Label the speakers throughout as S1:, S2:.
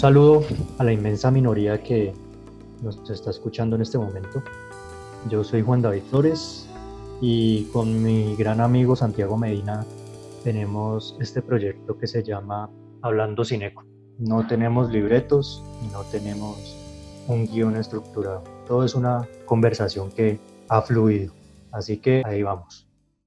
S1: saludo a la inmensa minoría que nos está escuchando en este momento. Yo soy Juan David Flores y con mi gran amigo Santiago Medina tenemos este proyecto que se llama Hablando sin Eco. No tenemos libretos y no tenemos un guión estructurado. Todo es una conversación que ha fluido. Así que ahí vamos.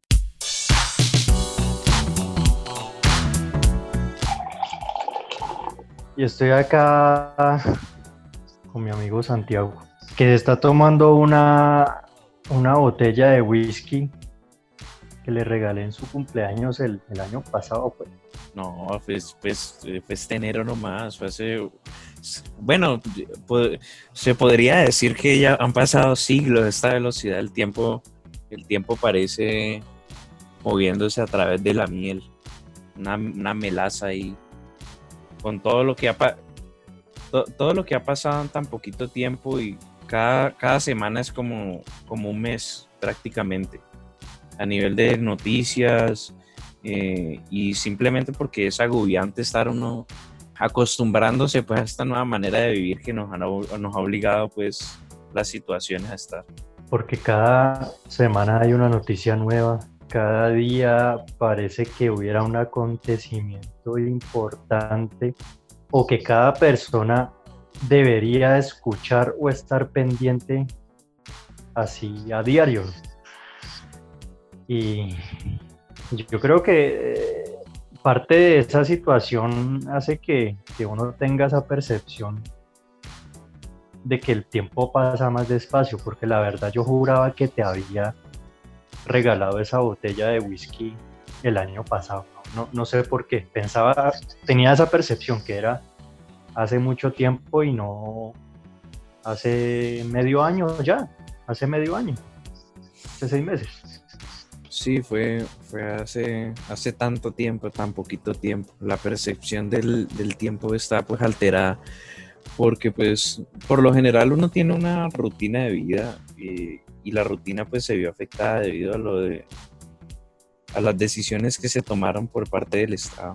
S1: Y estoy acá con mi amigo Santiago, que está tomando una botella de whisky que le regalé en su cumpleaños el año pasado. Pues.
S2: No, fue este enero nomás, fue hace... Bueno, se podría decir que ya han pasado siglos a esta velocidad. El tiempo parece moviéndose a través de la miel. Una melaza ahí. Con todo lo que todo lo que ha pasado en tan poquito tiempo, y cada semana es como un mes prácticamente. A nivel de noticias, y simplemente porque es agobiante estar uno acostumbrándose pues a esta nueva manera de vivir que nos ha obligado pues las situaciones a estar.
S1: Porque cada semana hay una noticia nueva, cada día parece que hubiera un acontecimiento importante o que cada persona debería escuchar o estar pendiente así a diario. Y yo creo que parte de esa situación hace que uno tenga esa percepción de que el tiempo pasa más despacio, porque la verdad yo juraba que te había regalado esa botella de whisky el año pasado. No sé por qué, tenía esa percepción que era hace mucho tiempo y no hace medio año ya, hace 6 meses.
S2: Sí, fue hace tanto tiempo, tan poquito tiempo. La percepción del tiempo está pues alterada, porque pues por lo general uno tiene una rutina de vida, y la rutina pues se vio afectada debido a las decisiones que se tomaron por parte del Estado.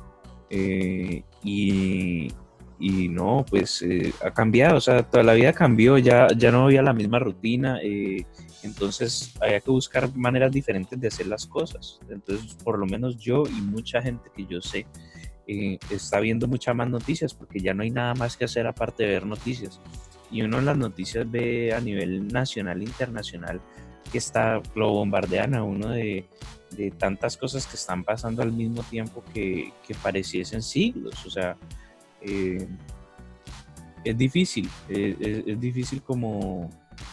S2: Y no, pues ha cambiado, o sea, toda la vida cambió, ya no había la misma rutina. Entonces había que buscar maneras diferentes de hacer las cosas. Entonces, por lo menos yo y mucha gente que yo sé está viendo muchas más noticias, porque ya no hay nada más que hacer aparte de ver noticias. Y uno en las noticias ve a nivel nacional e internacional que lo bombardean a uno de tantas cosas que están pasando al mismo tiempo que pareciesen siglos. O sea, es difícil, es difícil como...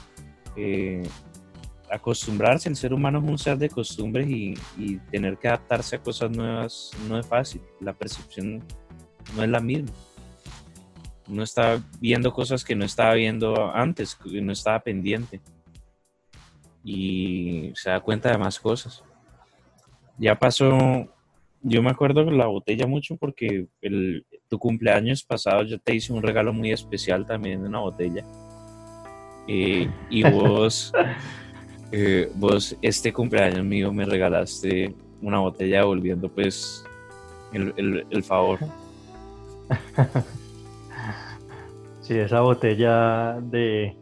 S2: acostumbrarse. El ser humano es un ser de costumbres, y tener que adaptarse a cosas nuevas no es fácil. La percepción no es la misma. Uno está viendo cosas que no estaba viendo antes, que no estaba pendiente, y se da cuenta de más cosas. Ya pasó, yo me acuerdo de la botella mucho porque tu cumpleaños pasado yo te hice un regalo muy especial también de una botella, y vos este cumpleaños mío me regalaste una botella, devolviendo pues el favor.
S1: Sí, esa botella de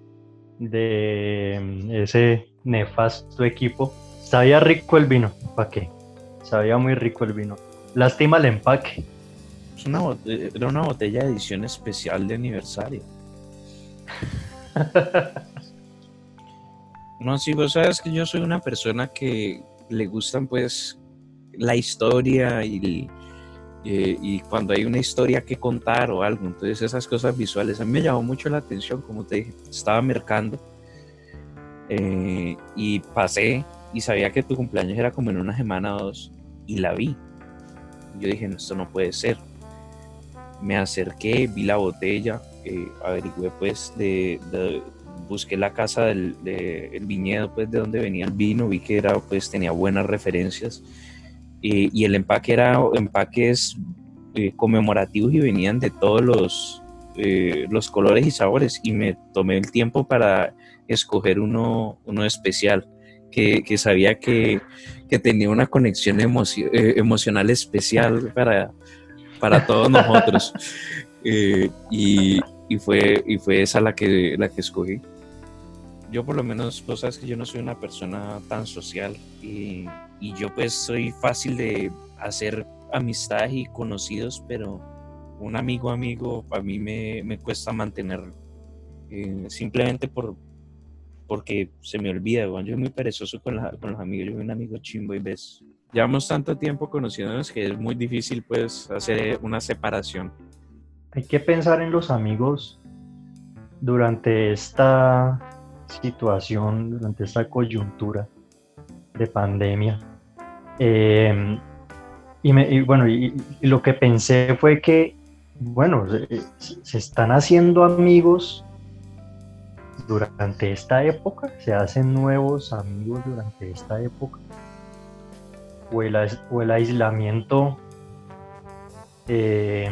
S1: ese nefasto equipo. Sabía rico el vino, ¿para qué? Sabía muy rico el vino. Lástima el empaque.
S2: Era una botella de edición especial de aniversario. No, sí, vos sabes que yo soy una persona que le gustan pues la historia, y cuando hay una historia que contar o algo, entonces esas cosas visuales a mí me llamó mucho la atención. Como te dije, estaba mercando, y pasé y sabía que tu cumpleaños era como en una semana o dos, y la vi. Yo dije, no, esto no puede ser. Me acerqué, vi la botella, averigüé pues busqué la casa el viñedo pues de donde venía el vino, vi que tenía buenas referencias, y el empaque era empaques conmemorativos, y venían de todos los colores y sabores, y me tomé el tiempo para escoger uno especial, que sabía que tenía una conexión emocional especial para todos nosotros. Y fue esa la que escogí. Yo por lo menos, vos sabes que yo no soy una persona tan social y yo pues soy fácil de hacer amistades y conocidos, pero un amigo a mí me cuesta mantener, simplemente porque se me olvida, weón. Yo soy muy perezoso con los amigos, yo soy un amigo chimbo y ves. Llevamos tanto tiempo conociéndonos que es muy difícil pues hacer una separación.
S1: Hay que pensar en los amigos durante esta situación, durante esta coyuntura de pandemia. Eh, y lo que pensé fue que, bueno, se están haciendo amigos durante esta época, se hacen nuevos amigos durante esta época, o el aislamiento eh,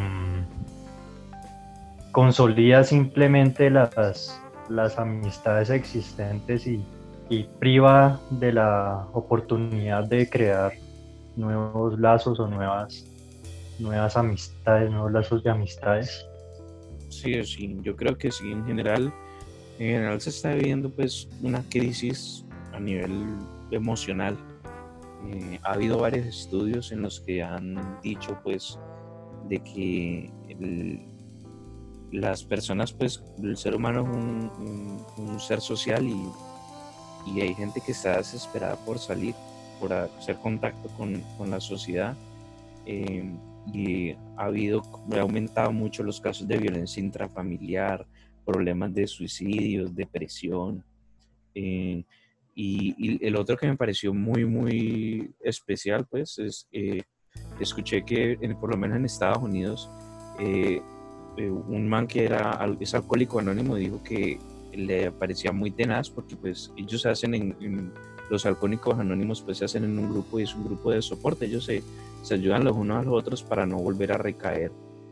S1: consolida simplemente las amistades existentes y priva de la oportunidad de crear nuevos lazos o nuevas amistades, nuevos lazos de amistades.
S2: Sí, sí, yo creo que sí, en general se está viviendo pues una crisis a nivel emocional. Ha habido varios estudios en los que han dicho pues de que las personas pues el ser humano es un ser social y hay gente que está desesperada por salir, por hacer contacto con la sociedad. eh, y ha aumentado mucho los casos de violencia intrafamiliar, problemas de suicidios, depresión. eh, y el otro que me pareció muy, muy especial, pues, es escuché que por lo menos en Estados Unidos, eh, un man que es alcohólico anónimo dijo que le parecía muy tenaz porque pues ellos los alcohólicos anónimos pues se hacen en un grupo y es un grupo de soporte, ellos se ayudan los unos a los otros para no volver a recaer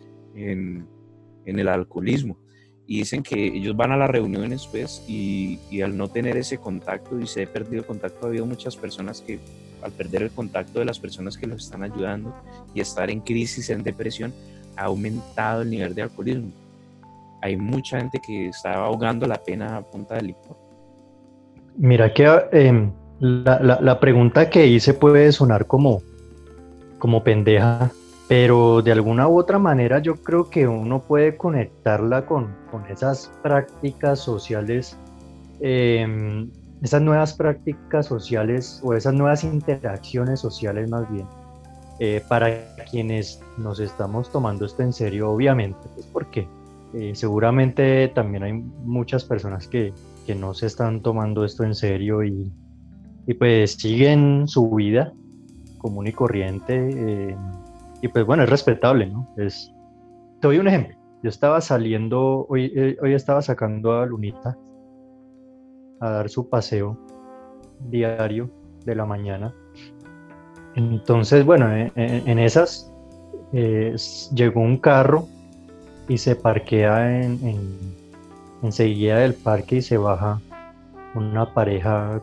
S2: en el alcoholismo. Y dicen que ellos van a las reuniones pues y al no tener ese contacto y se ha perdido el contacto, ha habido muchas personas que al perder el contacto de las personas que los están ayudando y estar en crisis, en depresión, ha aumentado el nivel de alcoholismo. Hay mucha gente que está ahogando la pena a punta de licor.
S1: Mira que la pregunta que hice puede sonar como pendeja, pero de alguna u otra manera yo creo que uno puede conectarla con esas prácticas sociales, esas nuevas prácticas sociales o esas nuevas interacciones sociales más bien, para quienes nos estamos tomando esto en serio, obviamente, pues porque seguramente también hay muchas personas que no se están tomando esto en serio y pues siguen su vida común y corriente, y pues bueno, es respetable, ¿no? Te doy un ejemplo. Yo estaba saliendo, hoy estaba sacando a Lunita a dar su paseo diario de la mañana. Entonces, bueno, en esas llegó un carro y se parquea enseguida del parque y se baja una pareja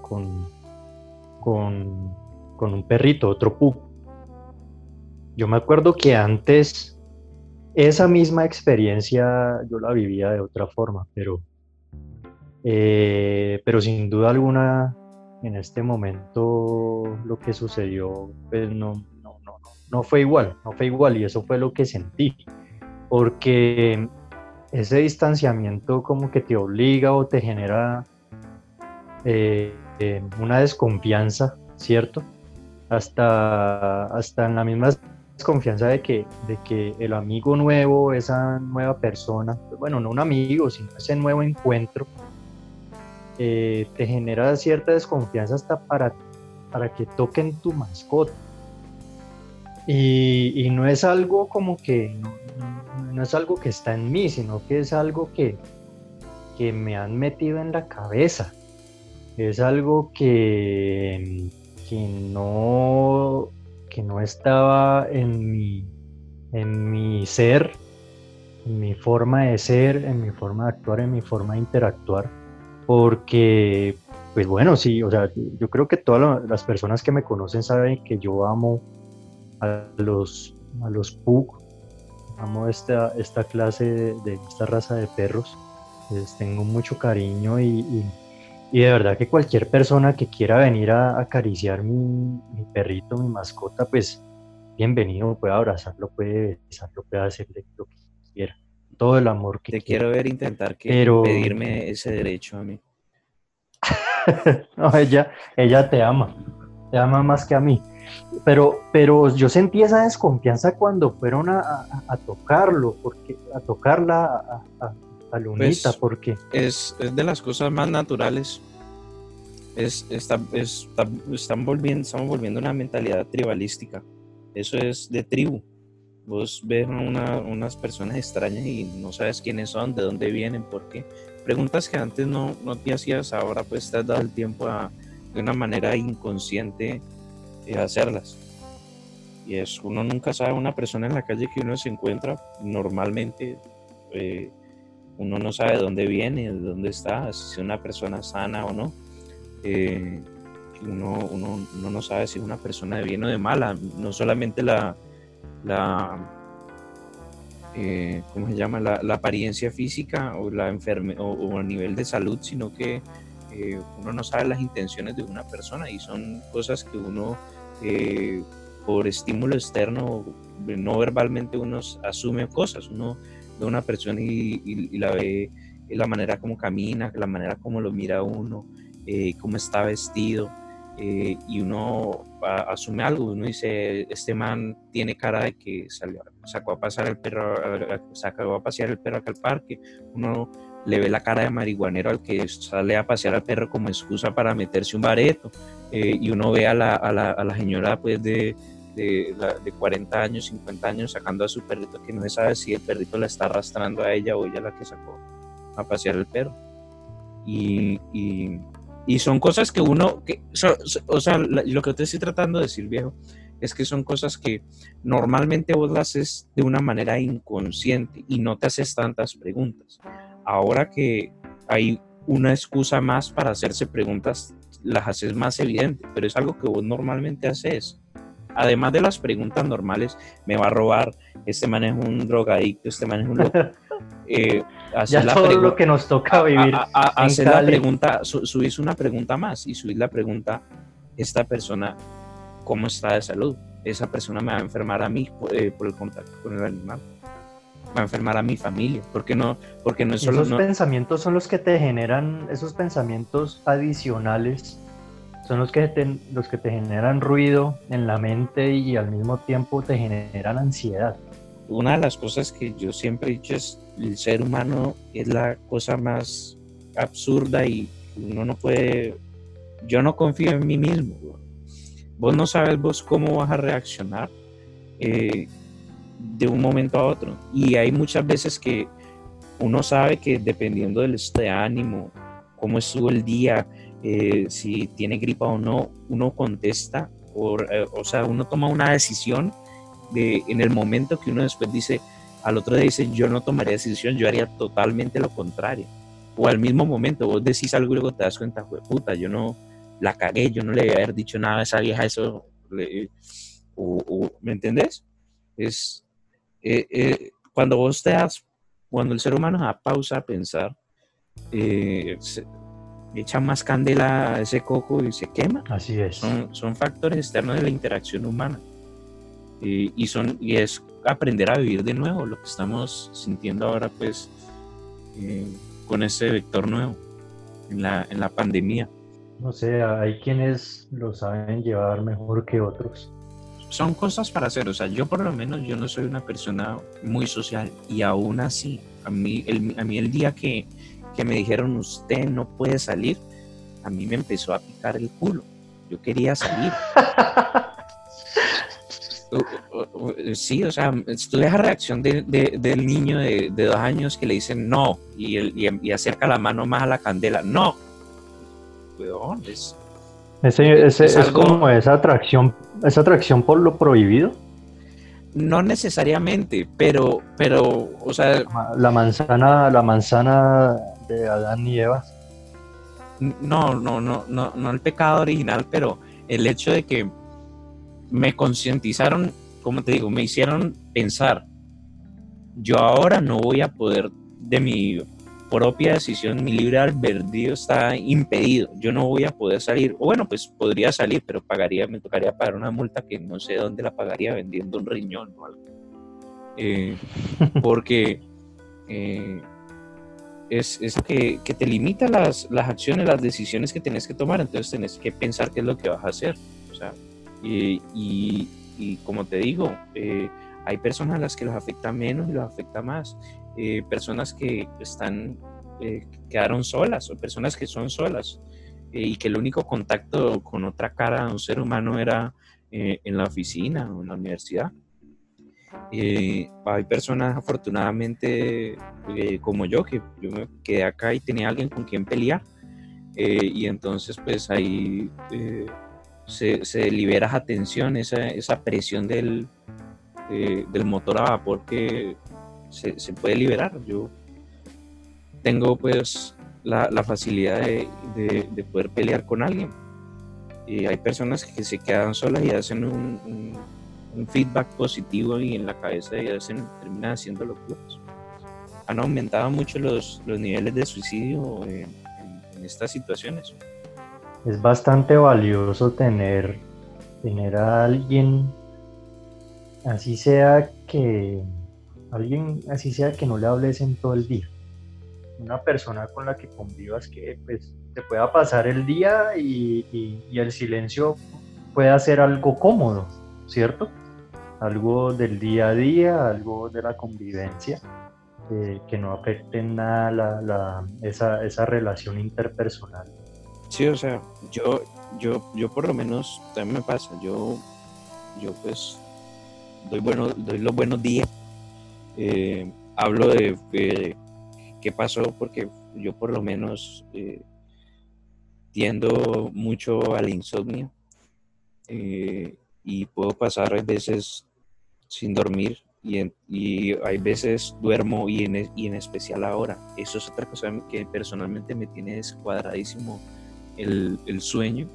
S1: con, con un perrito, otro pug. Yo me acuerdo que antes esa misma experiencia yo la vivía de otra forma, pero sin duda alguna en este momento lo que sucedió pues no fue igual, no fue igual y eso fue lo que sentí, porque ese distanciamiento como que te obliga o te genera una desconfianza, ¿cierto? Hasta en la misma desconfianza de que el amigo nuevo, esa nueva persona, bueno, no un amigo, sino ese nuevo encuentro, te genera cierta desconfianza hasta para que toquen tu mascota. Y no es algo como que, no es algo que está en mí, sino que es algo que me han metido en la cabeza. Es algo que no estaba en mi ser, en mi forma de ser, en mi forma de actuar, en mi forma de interactuar, porque, pues bueno, sí, o sea, yo creo que todas las personas que me conocen saben que yo amo a los pug, amo esta clase de esta raza de perros. Les tengo mucho cariño y de verdad que cualquier persona que quiera venir a acariciar mi perrito, mi mascota, pues bienvenido, puede abrazarlo, puede besarlo, puede hacerle lo que quiera, todo el amor que
S2: Te
S1: quiera.
S2: quiero ver intentar que
S1: Pero
S2: impedirme ese derecho a mí.
S1: no, ella te ama más que a mí. Pero yo sentí esa desconfianza cuando fueron a tocarlo, a tocarla a Lunita,
S2: Pues
S1: porque
S2: es de las cosas más naturales. Estamos volviendo una mentalidad tribalística. Eso es de tribu. Vos ves unas personas extrañas y no sabes quiénes son, de dónde vienen, por qué. Preguntas que antes no te hacías, ahora pues te has dado el tiempo de una manera inconsciente hacerlas. Y uno nunca sabe, una persona en la calle que uno se encuentra normalmente, uno no sabe de dónde viene, de dónde está, si es una persona sana o no. Uno no sabe si es una persona de bien o de mala, no solamente la ¿cómo se llama? La apariencia física o o a nivel de salud, sino que uno no sabe las intenciones de una persona y son cosas que uno por estímulo externo, no verbalmente, uno asume cosas, uno ve a una persona y la ve, la manera como camina, la manera como lo mira uno, cómo está vestido, y uno asume algo, uno dice, este man tiene cara de que sacó a pasear el perro acá al parque, uno le ve la cara de marihuanero al que sale a pasear al perro como excusa para meterse un bareto, y uno ve a la señora pues de 40 años, 50 años sacando a su perrito, que no se sabe si el perrito la está arrastrando a ella o ella la que sacó a pasear el perro. Y son cosas que o sea, lo que te estoy tratando de decir, viejo, es que son cosas que normalmente vos las haces de una manera inconsciente y no te haces tantas preguntas. Ahora que hay una excusa más para hacerse preguntas, las haces más evidentes, pero es algo que vos normalmente haces. Además de las preguntas normales, me va a robar, este man es un drogadicto, este man es un loco.
S1: ya todo lo que nos toca vivir en
S2: hacer la
S1: Cali.
S2: pregunta, subís una pregunta más y subís la pregunta, esta persona, ¿cómo está de salud? Esa persona me va a enfermar a mí por el contacto con el animal, va a enfermar a mi familia, porque no es solo...
S1: Esos pensamientos son los que te generan, esos pensamientos adicionales son los que te generan ruido en la mente y al mismo tiempo te generan ansiedad.
S2: Una de las cosas que yo siempre he dicho es, el ser humano es la cosa más absurda y uno no puede, yo no confío en mí mismo. Vos no sabes vos cómo vas a reaccionar de un momento a otro. Y hay muchas veces que uno sabe que dependiendo del estado de ánimo, cómo estuvo el día, si tiene gripa o no, uno contesta, o sea, uno toma una decisión en el momento que uno después dice, al otro día dice, yo no tomaría decisión, yo haría totalmente lo contrario. O al mismo momento vos decís algo y luego te das cuenta, puta, yo no la cagué, yo no le debía haber dicho nada a esa vieja, eso, ¿me entendés? Es cuando cuando el ser humano da pausa a pensar, echa más candela a ese coco y se quema.
S1: Así es.
S2: Son factores externos de la interacción humana. Y es aprender a vivir de nuevo lo que estamos sintiendo ahora, pues, con ese vector nuevo en la pandemia.
S1: No sé, hay quienes lo saben llevar mejor que otros.
S2: Son cosas para hacer, o sea, yo por lo menos yo no soy una persona muy social y aún así, a mí el día que me dijeron usted no puede salir, a mí me empezó a picar el culo. Yo quería salir. Sí, o sea, tú ves la reacción del niño de 2 años que le dicen no y acerca la mano más a la candela. No, weón, es algo,
S1: como esa atracción por lo prohibido.
S2: no necesariamente, pero, o sea,
S1: La manzana de Adán y Eva.
S2: no el pecado original, pero el hecho de que me concientizaron, como te digo, me hicieron pensar yo ahora no voy a poder, de mi propia decisión, mi libre albedrío está impedido. Yo no voy a poder salir, o bueno, pues podría salir, pero me tocaría pagar una multa que no sé dónde la pagaría, vendiendo un riñón o algo. Porque es que te limita las acciones, las decisiones que tienes que tomar, entonces tenés que pensar qué es lo que vas a hacer. O sea, y como te digo, hay personas a las que los afecta menos y los afecta más. Personas que quedaron solas, o personas que son solas, y que el único contacto con otra cara de un ser humano era en la oficina o en la universidad. Hay personas afortunadamente como yo, que yo me quedé acá y tenía alguien con quien pelear, y entonces pues ahí se libera esa tensión, esa presión del motor a vapor, que se puede liberar. Yo tengo pues la facilidad de poder pelear con alguien. Hay personas que se quedan solas y hacen un feedback positivo, y en la cabeza y terminan haciendo locuras. Han aumentado mucho los niveles de suicidio en estas situaciones.
S1: Es bastante valioso tener a alguien, así sea que no le hables en todo el día. Una persona con la que convivas, que pues te pueda pasar el día y el silencio pueda ser algo cómodo, ¿cierto? Algo del día a día, algo de la convivencia, que no afecte en nada esa relación interpersonal.
S2: Sí, o sea, yo por lo menos también me pasa. Yo pues doy los buenos días, hablo de qué pasó, porque yo por lo menos tiendo mucho a la insomnio, y puedo pasar a veces sin dormir, y hay veces duermo, y en especial ahora. Eso es otra cosa que personalmente me tiene descuadradísimo, el sueño,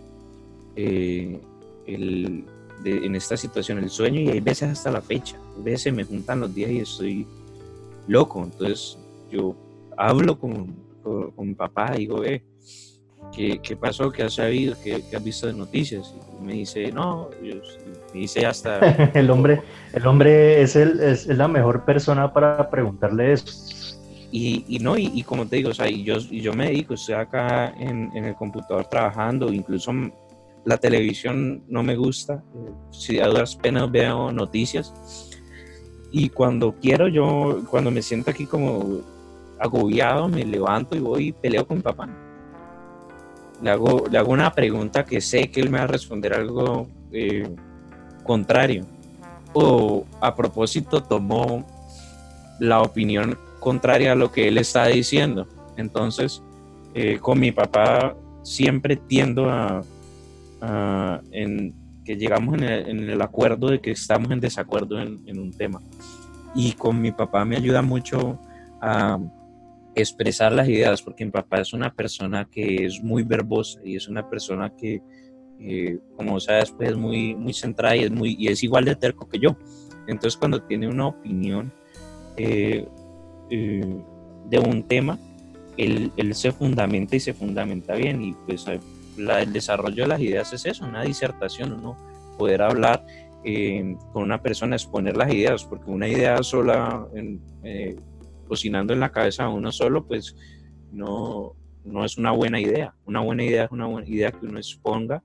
S2: en esta situación, el sueño, y hay veces hasta la fecha. A veces me juntan los días y estoy loco. Entonces yo hablo con mi papá y digo, ¿qué pasó? ¿Qué has sabido? ¿Qué has visto de noticias? Y me dice, no, me dice hasta...
S1: El hombre es la mejor persona para preguntarle eso.
S2: Y como te digo, o sea, yo me dedico, estoy acá en el computador trabajando, incluso la televisión no me gusta, si a duras penas veo noticias, y cuando cuando me siento aquí como agobiado, me levanto y voy y peleo con mi papá. Le hago una pregunta que sé que él me va a responder algo contrario, o a propósito tomó la opinión contraria a lo que él está diciendo. Entonces, con mi papá siempre tiendo en que llegamos en el acuerdo de que estamos en desacuerdo en un tema. Y con mi papá me ayuda mucho a expresar las ideas, porque mi papá es una persona que es muy verbosa, y es una persona que, como sabes, pues es muy, muy centrada, y es igual de terco que yo. Entonces, cuando tiene una opinión de un tema, él se fundamenta, y se fundamenta bien, y pues el desarrollo de las ideas es eso, una disertación, uno poder hablar con una persona, exponer las ideas, porque una idea sola, cocinando en la cabeza de uno solo, pues no es una buena idea. Una buena idea es una buena idea que uno exponga,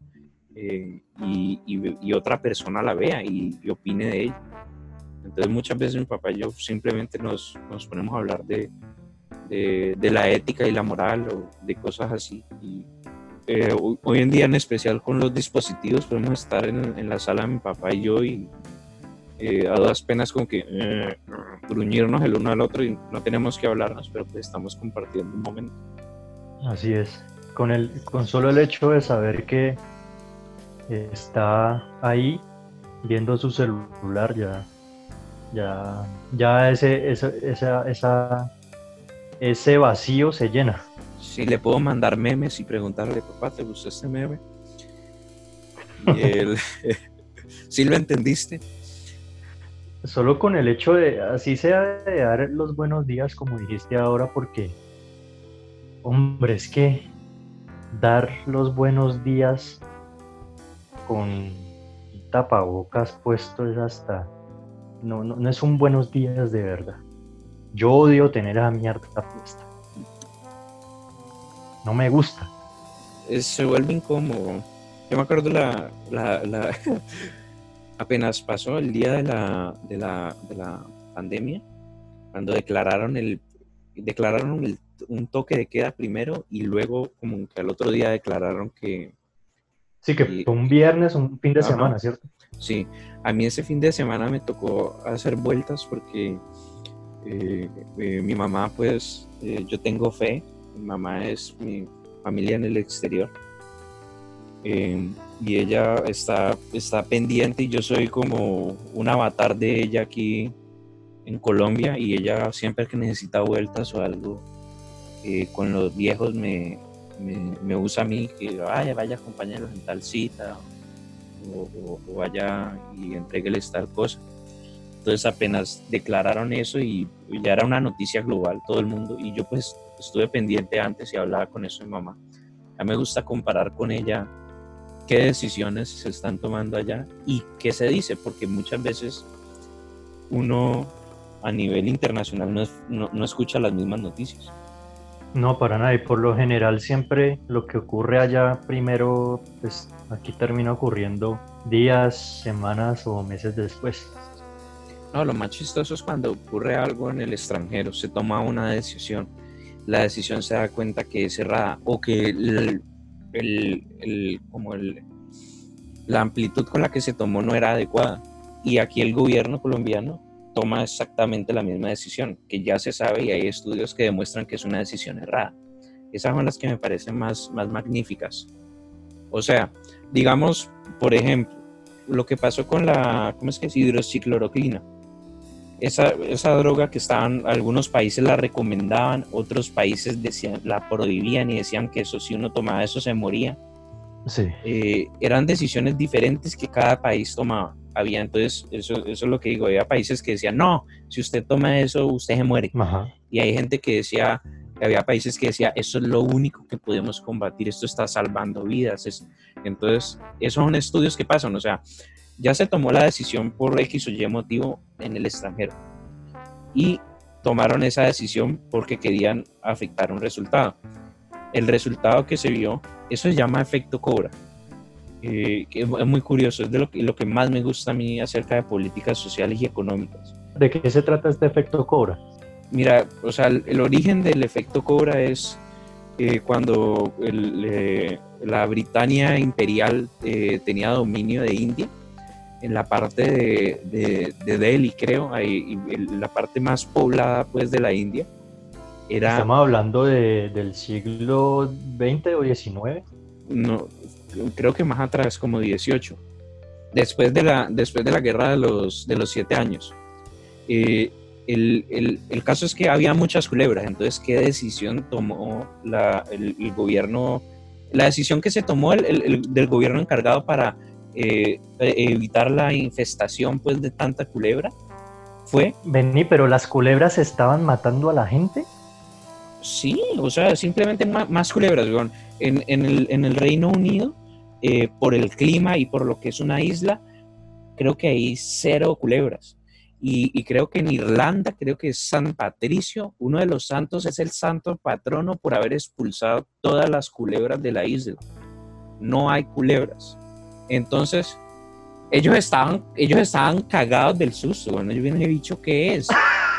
S2: y otra persona la vea y opine de ella. Entonces muchas veces mi papá y yo simplemente nos ponemos a hablar de la ética y la moral, o de cosas así. Y hoy en día, en especial con los dispositivos, podemos estar en la sala de mi papá y yo, y a duras penas como que gruñirnos el uno al otro, y no tenemos que hablarnos, pero pues estamos compartiendo un momento.
S1: Así es. Con solo el hecho de saber que está ahí viendo su celular, ya ese vacío se llena.
S2: Sí, le puedo mandar memes y preguntarle, papá, ¿te gustó este meme? Y él, ¿sí lo entendiste?
S1: Solo con el hecho de, así sea, de dar los buenos días, como dijiste ahora, porque, hombre, es que dar los buenos días con un tapabocas puesto es hasta, no es un buenos días de verdad. Yo odio tener esa mierda puesta. No me gusta.
S2: Se vuelve incómodo. Yo me acuerdo apenas pasó el día de la pandemia, cuando un toque de queda primero y luego como que al otro día declararon
S1: Sí, que
S2: que-
S1: fue un viernes, un fin de
S2: ajá,
S1: semana, ¿cierto?
S2: sí, a mí ese fin de semana me tocó hacer vueltas porque mi mamá, pues, yo tengo fe, mi mamá es mi familia en el exterior, y ella está pendiente y yo soy como un avatar de ella aquí en Colombia, y ella siempre que necesita vueltas o algo con los viejos me usa a mí, que vaya acompáñalos en tal cita, o vaya y entregueles tal cosa. Entonces apenas declararon eso y ya era una noticia global, todo el mundo, y yo pues estuve pendiente antes y hablaba con eso de mamá. A mí me gusta comparar con ella qué decisiones se están tomando allá y qué se dice, porque muchas veces uno a nivel internacional no escucha las mismas noticias.
S1: No, para nada. Y por lo general siempre lo que ocurre allá primero, pues aquí termina ocurriendo días, semanas o meses después.
S2: No, lo más chistoso es cuando ocurre algo en el extranjero, se toma una decisión, la decisión se da cuenta que es errada, o que como la amplitud con la que se tomó no era adecuada. Y aquí el gobierno colombiano toma exactamente la misma decisión, que ya se sabe y hay estudios que demuestran que es una decisión errada. Esas son las que me parecen más magníficas. O sea, digamos, por ejemplo, lo que pasó con ¿cómo es que es? Hidroxicloroquina. Esa droga que algunos países la recomendaban, otros países la prohibían y decían que eso, si uno tomaba eso se moría.
S1: Sí.
S2: Eran decisiones diferentes que cada país tomaba. Entonces, eso es lo que digo, había países que decían, no, si usted toma eso, usted se muere.
S1: Ajá.
S2: Y hay gente que decía, había países que decía, eso es lo único que podemos combatir, esto está salvando vidas. Entonces, esos son estudios que pasan, o sea, ya se tomó la decisión por X o Y motivo en el extranjero y tomaron esa decisión porque querían afectar un resultado. El resultado que se vio, eso se llama efecto Cobra, que es muy curioso, es de lo que más me gusta a mí acerca de políticas sociales y económicas.
S1: ¿De qué se trata este efecto Cobra?
S2: Mira, o sea, el origen del efecto Cobra es cuando la Britania imperial tenía dominio de India, en la parte de Delhi, creo, ahí, la parte más poblada pues de la India.
S1: Estamos hablando del siglo XX o XIX.
S2: No, creo que más atrás, como 18, después de la guerra de los 7 años. El caso es que había muchas culebras, entonces, ¿qué decisión tomó el gobierno? La decisión que se tomó del gobierno encargado para evitar la infestación pues de tanta culebra fue...
S1: Vení, pero las culebras estaban matando a la gente.
S2: Sí, o sea, simplemente más culebras, weón. En el Reino Unido, por el clima y por lo que es una isla, creo que hay 0 culebras. Y creo que en Irlanda, creo que es San Patricio, uno de los santos, es el santo patrono por haber expulsado todas las culebras de la isla. No hay culebras. Entonces, ellos estaban cagados del susto. Bueno, yo bien he dicho qué es.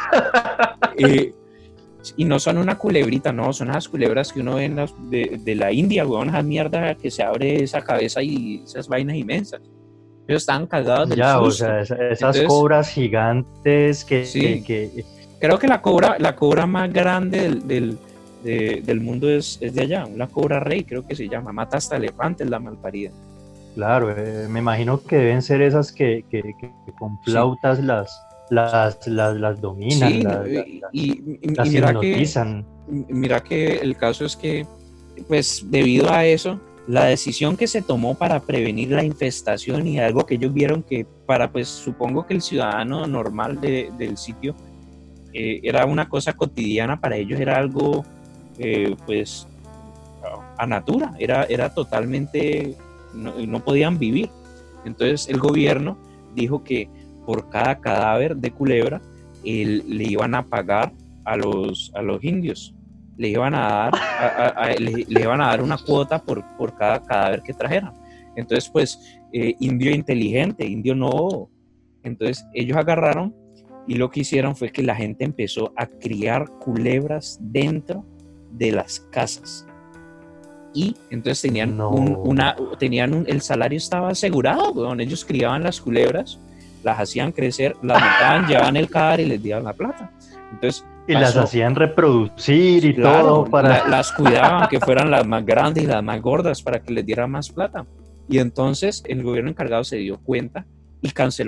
S2: Y no son una culebrita, no, son esas culebras que uno ve de la India, weón, esa mierda que se abre esa cabeza y esas vainas inmensas. Ellos estaban cagados del
S1: Ya, o
S2: susto.
S1: sea, esas
S2: Entonces,
S1: cobras gigantes
S2: sí,
S1: que
S2: creo que la cobra más grande del mundo es de allá, una cobra rey, creo que se llama, mata hasta elefantes la malparida.
S1: claro, me imagino que deben ser esas que con
S2: Sí,
S1: flautas las dominan,
S2: sí, y
S1: las
S2: mira que,
S1: hipnotizan.
S2: mira que el caso es que, pues debido a eso, la decisión que se tomó para prevenir la infestación y algo que ellos vieron que para, pues supongo que el ciudadano normal del sitio era una cosa cotidiana para ellos, era algo pues a natura, era totalmente, no podían vivir. Entonces el gobierno dijo que por cada cadáver de culebra le iban a pagar a los indios, le iban a dar, le iban a dar una cuota por cada cadáver que trajeran. Entonces, pues, indio inteligente, indio no. Entonces, ellos agarraron y lo que hicieron fue que la gente empezó a criar culebras dentro de las casas. Y entonces tenían el salario estaba asegurado, weón. Ellos criaban las culebras, las hacían crecer, las mataban, llevaban el cadáver y les daban la plata. Entonces,
S1: y las hacían reproducir y
S2: claro,
S1: todo para...
S2: las cuidaban, que fueran las más grandes y las más gordas para que les diera más plata. Y entonces el gobierno encargado se dio cuenta y canceló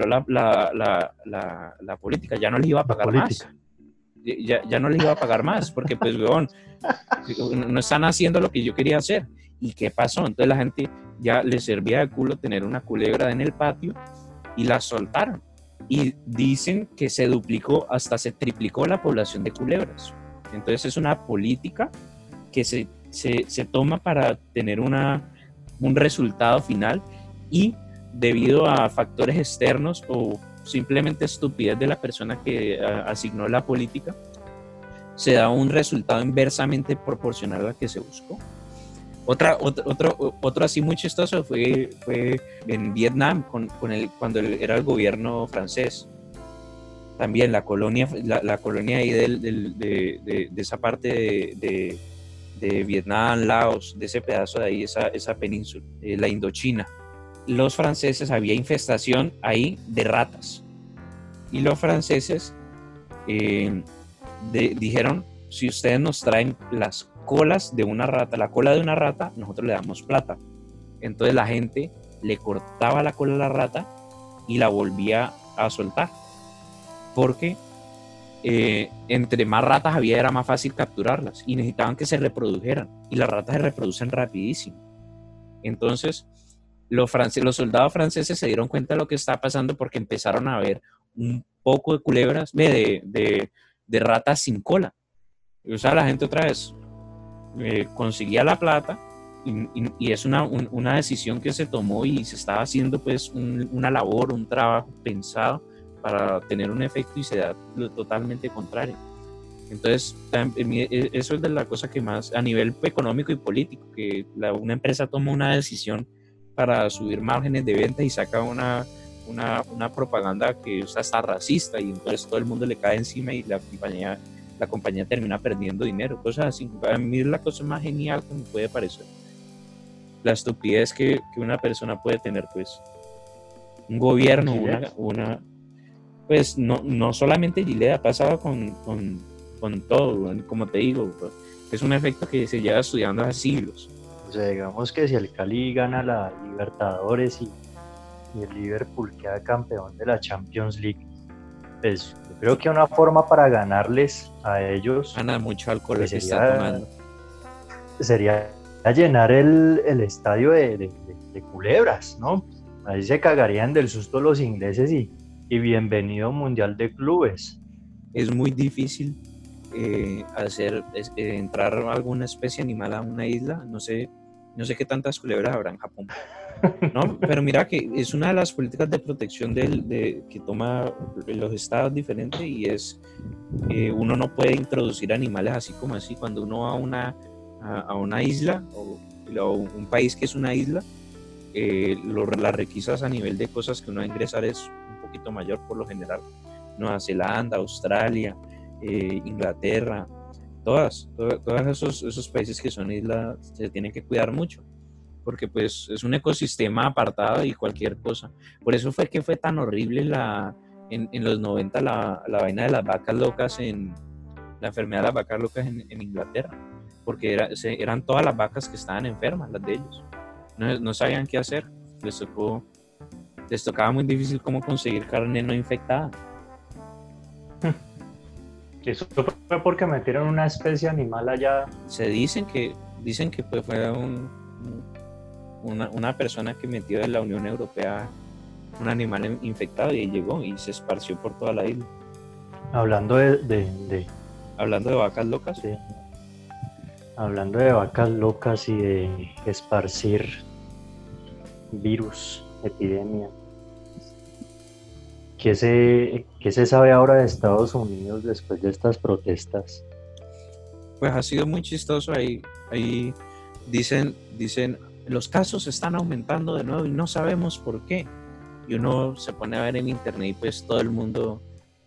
S2: la política, ya no les iba a pagar más. Ya no les iba a pagar más, porque pues, weón, no están haciendo lo que yo quería hacer. ¿Y qué pasó? Entonces la gente ya les servía de culo tener una culebra en el patio y la soltaron. Y dicen que se duplicó, hasta se triplicó la población de culebras. Entonces es una política que se toma para tener un resultado final, y debido a factores externos o simplemente estupidez de la persona que asignó la política, se da un resultado inversamente proporcional al que se buscó. Otro así muy chistoso fue en Vietnam cuando era el gobierno francés. También la colonia ahí de esa parte de Vietnam, Laos, de ese pedazo de ahí, esa península, la Indochina. Los franceses, había infestación ahí de ratas. Y los franceses dijeron, si ustedes nos traen las colas de una rata, la cola de una rata, nosotros le damos plata. Entonces la gente le cortaba la cola a la rata y la volvía a soltar, porque entre más ratas había era más fácil capturarlas y necesitaban que se reprodujeran, y las ratas se reproducen rapidísimo. Entonces los soldados franceses se dieron cuenta de lo que estaba pasando, porque empezaron a ver un poco de culebras, de ratas sin cola. O sea, la gente otra vez conseguía la plata, y es una decisión que se tomó y se estaba haciendo pues una labor, un trabajo pensado para tener un efecto, y se da lo totalmente contrario. Entonces, eso es de la cosa que más, a nivel económico y político, que una empresa toma una decisión para subir márgenes de venta y saca una propaganda que es hasta racista, y entonces todo el mundo le cae encima y la compañía termina perdiendo dinero, cosas así. A mí es la cosa más genial que me puede parecer, la estupidez que una persona puede tener, pues un gobierno, pues no solamente Gilead, ha pasado con todo, como te digo, es un efecto que se lleva estudiando hace siglos.
S1: O sea, digamos que si el Cali gana la Libertadores y el Liverpool queda campeón de la Champions League, pues yo creo que una forma para ganarles a ellos...
S2: Gana mucho alcohol que está tomando.
S1: Sería llenar el estadio de culebras, ¿no? Ahí se cagarían del susto los ingleses y bienvenido Mundial de Clubes.
S2: Es muy difícil entrar alguna especie animal a una isla. No sé qué tantas culebras habrá en Japón. No, pero mira que es una de las políticas de protección que toma los estados diferentes, y es uno no puede introducir animales así como así. Cuando uno va a una isla o un país que es una isla, las requisas a nivel de cosas que uno va a ingresar es un poquito mayor por lo general. Nueva Zelanda, Australia, Inglaterra, todos esos países que son islas se tienen que cuidar mucho, porque pues es un ecosistema apartado y cualquier cosa. Por eso fue que fue tan horrible en los 90 la vaina de las vacas locas, la enfermedad de las vacas locas en Inglaterra, porque eran todas las vacas que estaban enfermas, las de ellos. No sabían qué hacer, les tocaba muy difícil cómo conseguir carne no infectada.
S1: Eso fue porque metieron una especie animal allá.
S2: Se dicen que pues fue una persona que metió de la Unión Europea un animal infectado y llegó y se esparció por toda la isla.
S1: Hablando
S2: Hablando de vacas locas.
S1: de- hablando de vacas locas y de esparcir virus, epidemia. ¿Qué se sabe ahora de Estados Unidos después de estas protestas?
S2: Pues ha sido muy chistoso ahí dicen, los casos están aumentando de nuevo y no sabemos por qué. Y uno se pone a ver en internet y pues todo el mundo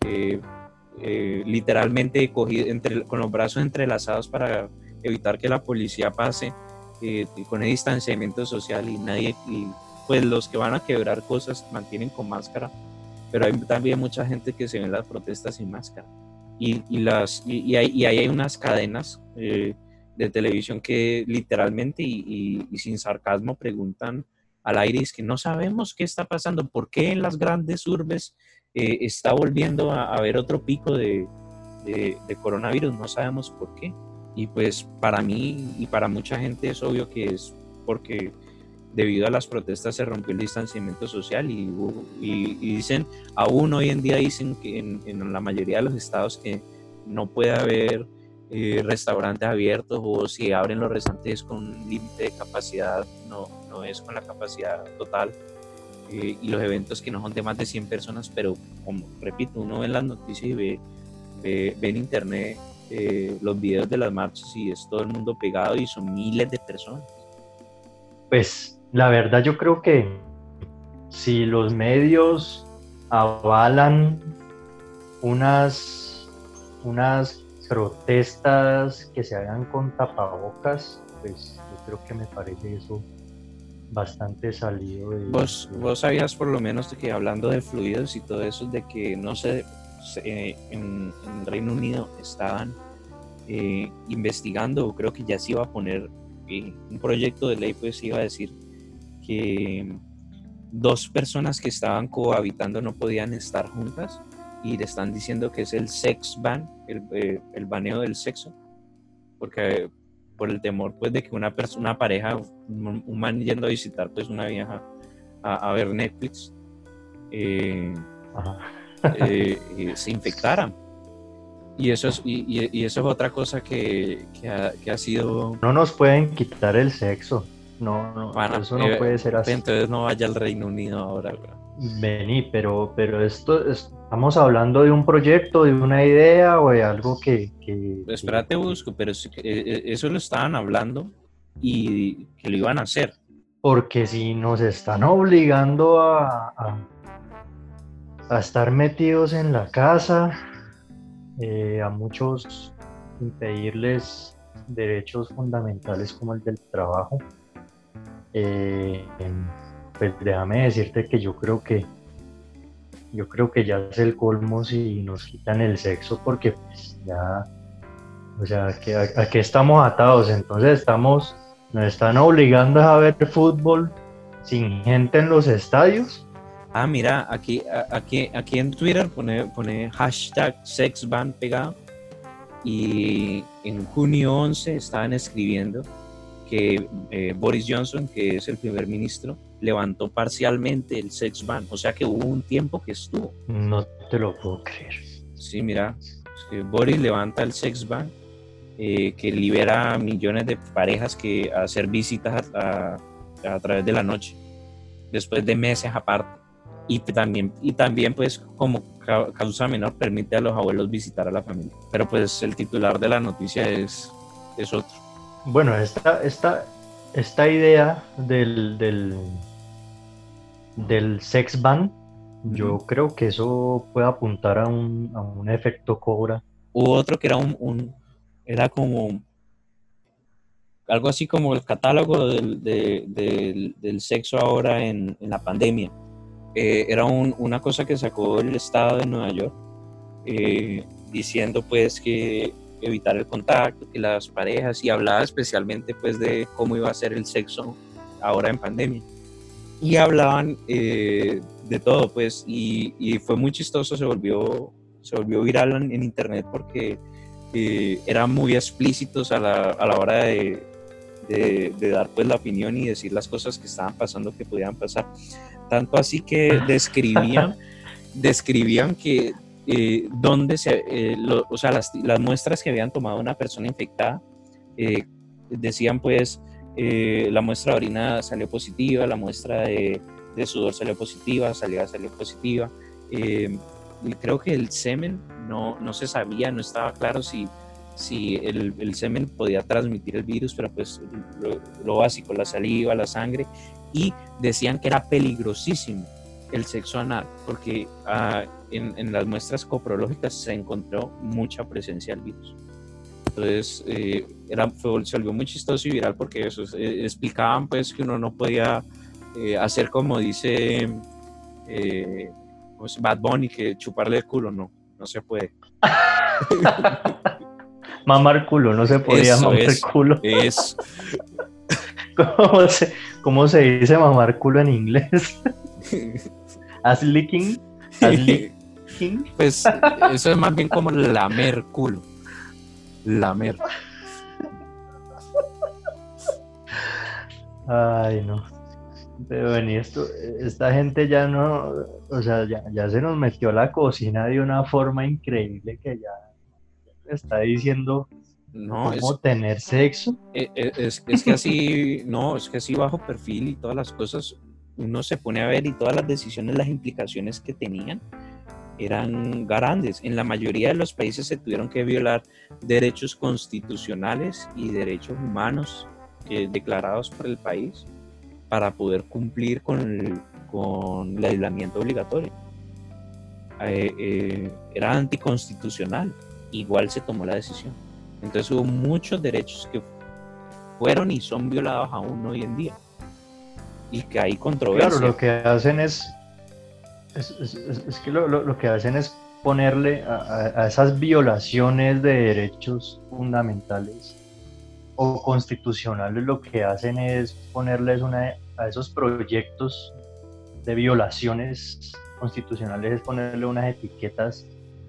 S2: literalmente con los brazos entrelazados para evitar que la policía pase con el distanciamiento social y pues los que van a quebrar cosas mantienen con máscara, pero hay también mucha gente que se ve en las protestas sin máscara. Y ahí hay unas cadenas de televisión que literalmente y sin sarcasmo preguntan al aire, es que no sabemos qué está pasando, por qué en las grandes urbes está volviendo a haber otro pico de coronavirus, no sabemos por qué. Y pues para mí y para mucha gente es obvio que es porque debido a las protestas se rompió el distanciamiento social y dicen, aún hoy en día dicen que en la mayoría de los estados que no puede haber restaurantes abiertos, o si abren los restaurantes con un límite de capacidad, no es con la capacidad total, y los eventos que no son de más de 100 personas, pero como repito, uno ve en las noticias y ve en internet los videos de las marchas y es todo el mundo pegado y son miles de personas.
S1: Pues la verdad yo creo que si los medios avalan unas protestas que se hagan con tapabocas, pues yo creo que me parece eso bastante salido de...
S2: ¿Vos sabías por lo menos de que, hablando de fluidos y todo eso, de que no sé, en Reino Unido estaban investigando, o creo que ya se iba a poner un proyecto de ley, pues iba a decir que dos personas que estaban cohabitando no podían estar juntas, y le están diciendo que es el sex ban, el baneo del sexo, porque por el temor pues de que una pareja, un man yendo a visitar pues una vieja a ver Netflix, se infectaran. Y eso es otra cosa que ha sido...
S1: No nos pueden quitar el sexo. No, eso no puede ser así.
S2: Entonces no vaya al Reino Unido ahora, bro.
S1: Vení, pero estamos hablando de un proyecto, de una idea o de algo que
S2: Espérate, busco, pero eso lo estaban hablando y que lo iban a hacer.
S1: Porque si nos están obligando a estar metidos en la casa, a muchos impedirles derechos fundamentales como el del trabajo, pues déjame decirte que yo creo que ya es el colmo si nos quitan el sexo, porque pues ya, o sea, ¿a qué estamos atados? Entonces nos están obligando a ver fútbol sin gente en los estadios.
S2: Ah, mira, aquí en Twitter pone hashtag sexban pegado, y en junio 11 estaban escribiendo que Boris Johnson, que es el primer ministro, levantó parcialmente el sex ban, o sea que hubo un tiempo que estuvo.
S1: No te lo puedo creer.
S2: Sí, mira, Boris levanta el sex ban, que libera a millones de parejas que hacer visitas a través de la noche, después de meses aparte. Y también pues como causa menor permite a los abuelos visitar a la familia. Pero pues el titular de la noticia es otro.
S1: Bueno, esta idea del sex ban, yo creo que eso puede apuntar a un efecto Cobra.
S2: Hubo otro que era como algo así como el catálogo del sexo ahora en la pandemia. Era una cosa que sacó el estado de Nueva York, diciendo pues que evitar el contacto, que las parejas, y hablaba especialmente pues de cómo iba a ser el sexo ahora en pandemia, y hablaban de todo pues, y fue muy chistoso, se volvió viral en internet porque eran muy explícitos a la hora de de dar pues la opinión y decir las cosas que estaban pasando, que podían pasar. Tanto así que describían que o sea, las muestras que habían tomado una persona infectada, decían pues, la muestra de orina salió positiva, la muestra de sudor salió positiva, saliva salió positiva. Y creo que el semen no se sabía, no estaba claro si el semen podía transmitir el virus, pero pues lo básico, la saliva, la sangre, y decían que era peligrosísimo el sexo anal, porque en las muestras coprológicas se encontró mucha presencia del virus. Entonces se volvió muy chistoso y viral porque eso, explicaban pues que uno no podía hacer como dice Bad Bunny, que chuparle el culo, no se puede.
S1: Mamar culo, no se podía
S2: Eso
S1: mamar
S2: es,
S1: culo.
S2: es.
S1: ¿Cómo se dice mamar culo en inglés? ¿As licking? ¿As licking?
S2: Pues eso es más bien como lamer culo. Lamer.
S1: Ay, no. Pero vení, esta gente ya no, o sea, ya se nos metió a la cocina de una forma increíble que ya está diciendo
S2: No,
S1: cómo tener sexo.
S2: es que así, no, es que así bajo perfil y todas las cosas, uno se pone a ver y todas las decisiones, las implicaciones que tenían eran grandes. En la mayoría de los países se tuvieron que violar derechos constitucionales y derechos humanos declarados por el país para poder cumplir con el aislamiento obligatorio. Era anticonstitucional, igual se tomó la decisión. Entonces hubo muchos derechos que fueron y son violados aún hoy en día. Y que hay controversia.
S1: Claro, lo que hacen es que lo que hacen es ponerle a esas violaciones de derechos fundamentales o constitucionales, lo que hacen es ponerles a esos proyectos de violaciones constitucionales, es ponerle unas etiquetas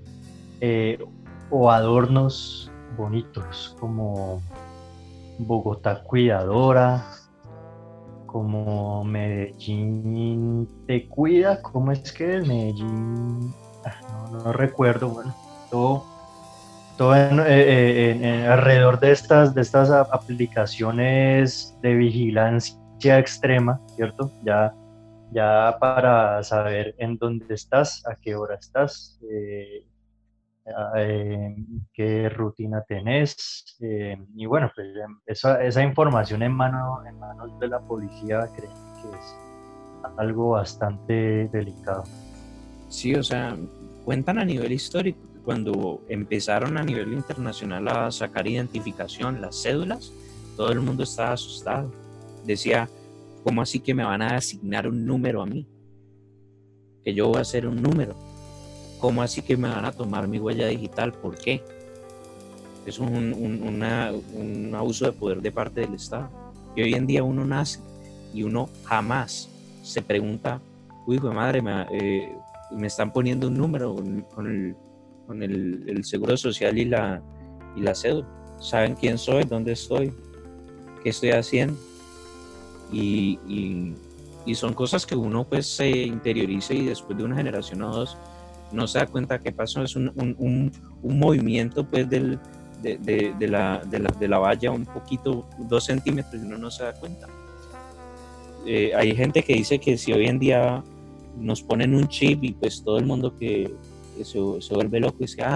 S1: o adornos bonitos como Bogotá cuidadora, como Medellín te cuida, ¿cómo es que es? Medellín, no recuerdo, bueno, todo alrededor de estas aplicaciones de vigilancia extrema, ¿cierto? Ya para saber en dónde estás, a qué hora estás, qué rutina tenés, y bueno, pues esa información en manos de la policía creo que es algo bastante delicado.
S2: Sí, o sea, cuentan a nivel histórico, cuando empezaron a nivel internacional a sacar identificación, las cédulas, todo el mundo estaba asustado. Decía, ¿cómo así que me van a asignar un número a mí? Que yo voy a ser un número. ¿Cómo así que me van a tomar mi huella digital? ¿Por qué? Es un abuso de poder de parte del Estado. Y hoy en día uno nace y uno jamás se pregunta, uy, hijo de madre, me están poniendo un número con el seguro social y la cédula. Saben quién soy, dónde estoy, qué estoy haciendo. Y son cosas que uno pues se interioriza y después de una generación o dos no se da cuenta qué pasó. Es un movimiento pues de la valla un poquito, 2 centímetros, y uno no se da cuenta. Hay gente que dice que si hoy en día nos ponen un chip y pues todo el mundo que se vuelve loco y dice,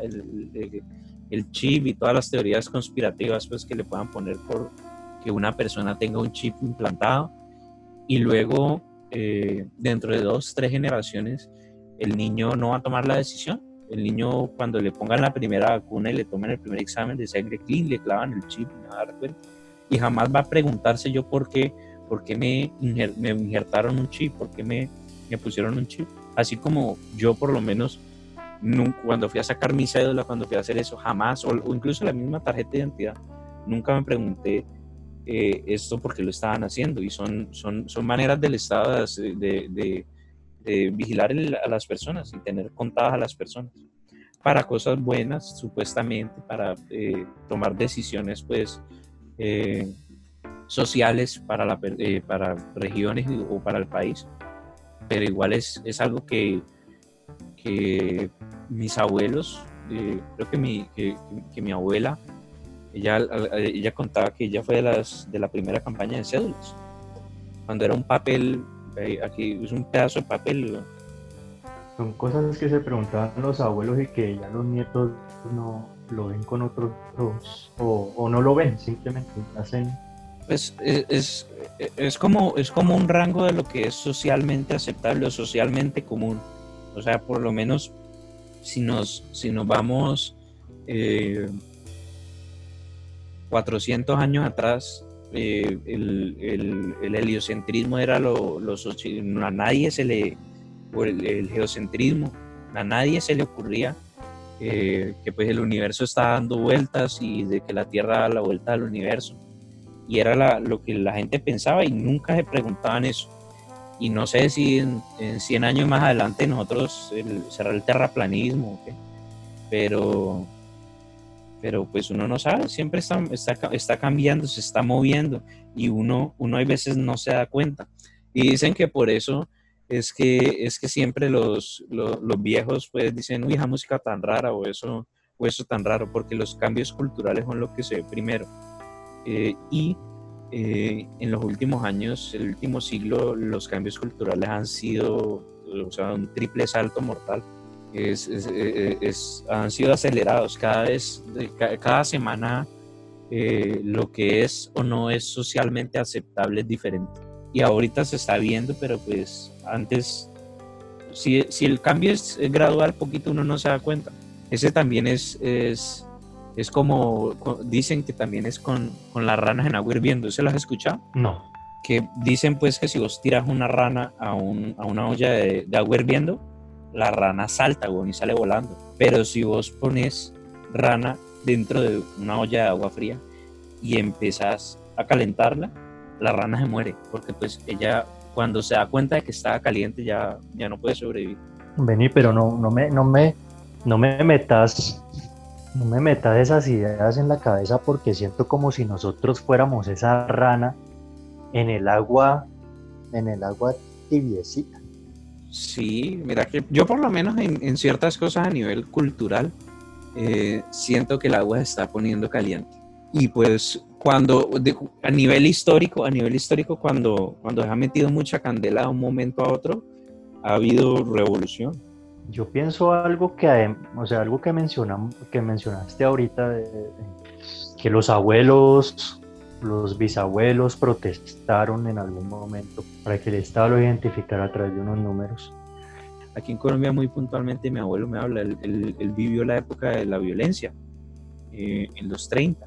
S2: el chip y todas las teorías conspirativas pues que le puedan poner por que una persona tenga un chip implantado y luego dentro de 2-3 generaciones el niño no va a tomar la decisión. El niño, cuando le pongan la primera vacuna y le tomen el primer examen de sangre clean, le clavan el chip y no va a dar cuenta. Y jamás va a preguntarse yo por qué me injertaron un chip, por qué me pusieron un chip. Así como yo, por lo menos, cuando fui a sacar mi cédula, cuando fui a hacer eso, jamás, o incluso la misma tarjeta de identidad, nunca me pregunté esto por qué lo estaban haciendo. Y son maneras del Estado de vigilar a las personas y tener contadas a las personas para cosas buenas, supuestamente, para tomar decisiones pues sociales para regiones o para el país, pero igual es algo que mis abuelos, creo que mi abuela, ella contaba que ella fue de la primera campaña de cédulas, cuando era un papel, aquí es un pedazo de papel.
S1: Son cosas que se preguntaban los abuelos y que ya los nietos no lo ven con otros ojos, o no lo ven, simplemente hacen.
S2: Pues es como un rango de lo que es socialmente aceptable o socialmente común. O sea, por lo menos si nos vamos 400 años atrás, el heliocentrismo era a nadie o el geocentrismo, a nadie se le ocurría que pues el universo está dando vueltas y de que la Tierra da la vuelta al universo. Y era lo que la gente pensaba y nunca se preguntaban eso. Y no sé si en 100 años más adelante nosotros será el terraplanismo, ¿okay? pero pues uno no sabe, siempre está cambiando, se está moviendo y uno a veces no se da cuenta. Y dicen que por eso es que siempre los viejos pues dicen, uy, esa música tan rara o eso tan raro, porque los cambios culturales son lo que se ve primero. En los últimos años, el último siglo, los cambios culturales han sido, o sea, un triple salto mortal. Han sido acelerados cada semana. Lo que es o no es socialmente aceptable es diferente. Y ahorita se está viendo, pero pues antes, si el cambio es gradual, poquito uno no se da cuenta. Ese también es como, dicen que también es con las ranas en agua hirviendo. ¿Se las has escuchado?
S1: No.
S2: Que dicen pues que si vos tiras una rana a una olla de agua hirviendo, la rana salta, y sale volando. Pero si vos pones rana dentro de una olla de agua fría y empezás a calentarla, la rana se muere, porque pues ella cuando se da cuenta de que está caliente ya no puede sobrevivir.
S1: Vení, pero no me metas esas ideas en la cabeza, porque siento como si nosotros fuéramos esa rana en el agua tibiecita.
S2: Sí, mira que yo por lo menos en ciertas cosas a nivel cultural siento que el agua se está poniendo caliente. Y pues a nivel histórico, cuando se ha metido mucha candela de un momento a otro, ha habido revolución.
S1: Yo pienso algo algo que mencionaste ahorita, que los abuelos, los bisabuelos protestaron en algún momento para que el Estado lo identificara a través de unos números.
S2: Aquí en Colombia muy puntualmente mi abuelo me habla, él vivió la época de la violencia en los 30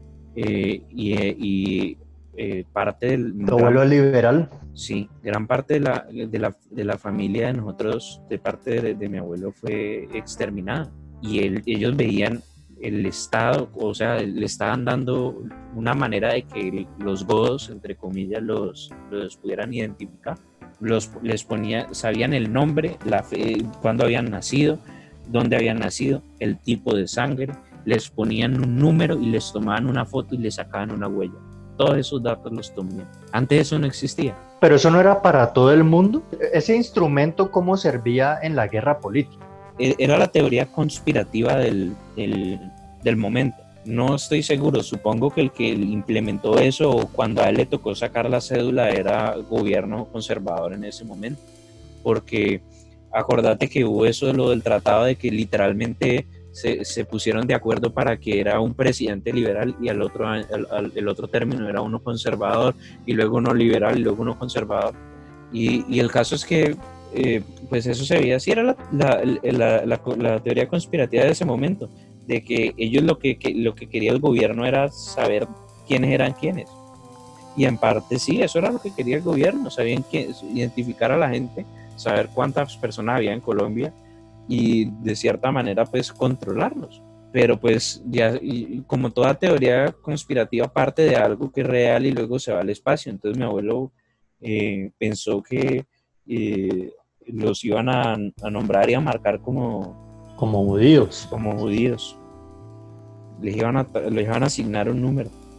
S2: y parte del...
S1: ¿Tu abuelo es liberal?
S2: Sí, gran parte de la familia de nosotros, de parte de mi abuelo, fue exterminada. Y ellos veían el Estado, o sea, le estaban dando una manera de que los godos, entre comillas, los pudieran identificar. Sabían el nombre, cuándo habían nacido, dónde habían nacido, el tipo de sangre, les ponían un número y les tomaban una foto y les sacaban una huella. Todos esos datos los tomaban. Antes eso no existía.
S1: Pero eso no era para todo el mundo. Ese instrumento, ¿cómo servía en la guerra política?
S2: Era la teoría conspirativa del momento. No estoy seguro, supongo que el que implementó eso o cuando a él le tocó sacar la cédula era gobierno conservador en ese momento. Porque acordate que hubo eso de lo del tratado de que literalmente se pusieron de acuerdo para que era un presidente liberal y el otro término era uno conservador y luego uno liberal y luego uno conservador. Y el caso es que pues eso se veía así, era la teoría conspirativa de ese momento, de que ellos lo que quería el gobierno era saber quiénes eran quiénes. Y en parte sí, eso era lo que quería el gobierno, sabían identificar a la gente, saber cuántas personas había en Colombia y de cierta manera pues controlarlos. Pero pues ya, como toda teoría conspirativa, parte de algo que es real y luego se va al espacio. Entonces mi abuelo pensó que los iban a nombrar y a marcar como
S1: judíos.
S2: Como judíos. Les iban a asignar un número.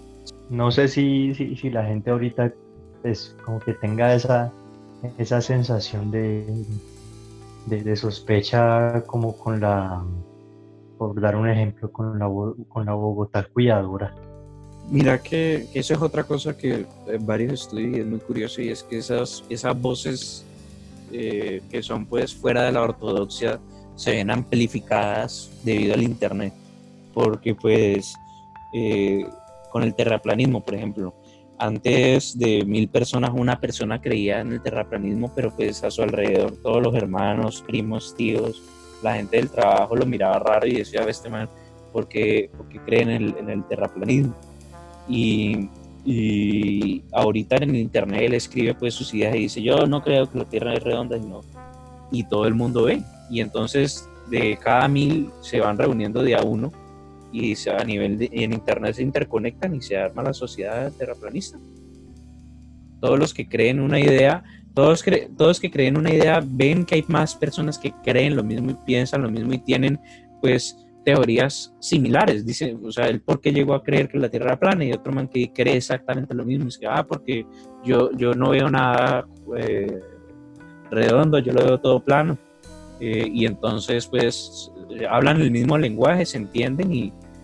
S1: No sé si la gente ahorita pues como que tenga esa sensación de sospecha como con por dar un ejemplo, con la Bogotá cuidadora.
S2: Mira que eso es otra cosa que varios estudios y es muy curioso, y es que esas voces que son pues fuera de la ortodoxia se ven amplificadas debido al internet, porque pues eh, con el terraplanismo, por ejemplo, antes de 1000 personas una persona creía en el terraplanismo, pero pues a su alrededor todos los hermanos, primos, tíos, la gente del trabajo lo miraba raro y decía, este man, ¿por qué cree en el terraplanismo? Y, y ahorita en el internet él escribe pues sus ideas y dice, yo no creo que la Tierra es redonda, y todo el mundo ve. Y entonces de cada 1000 se van reuniendo de a uno y a nivel en internet se interconectan y se arma la sociedad terraplanista. Todos los que creen una idea, todos que creen una idea ven que hay más personas que creen lo mismo y piensan lo mismo y tienen pues teorías similares. Dice, o sea, el por qué llegó a creer que la Tierra era plana, y otro man que cree exactamente lo mismo. Es que, porque yo no veo nada redondo, yo lo veo todo plano. Y entonces pues hablan el mismo lenguaje, se entienden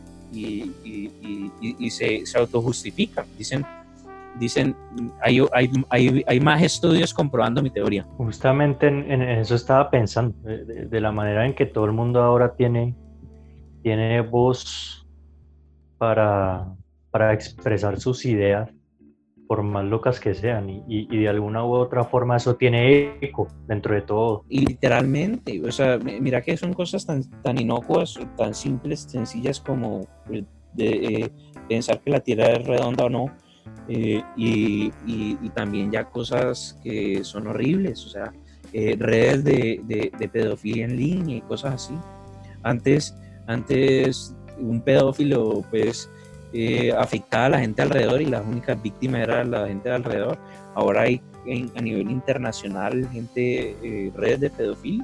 S2: y se autojustifican. Dicen hay más estudios comprobando mi teoría.
S1: Justamente en eso estaba pensando, de la manera en que todo el mundo ahora tiene voz para expresar sus ideas, por más locas que sean, y de alguna u otra forma eso tiene eco dentro de todo.
S2: Y literalmente, o sea, mira que son cosas tan inocuas, tan simples, sencillas como pensar que la Tierra es redonda o no, y también ya cosas que son horribles, o sea, redes de pedofilia en línea y cosas así. Antes un pedófilo pues afectaba a la gente alrededor y las únicas víctimas eran la gente de alrededor. Ahora hay a nivel internacional gente, redes de pedofilia,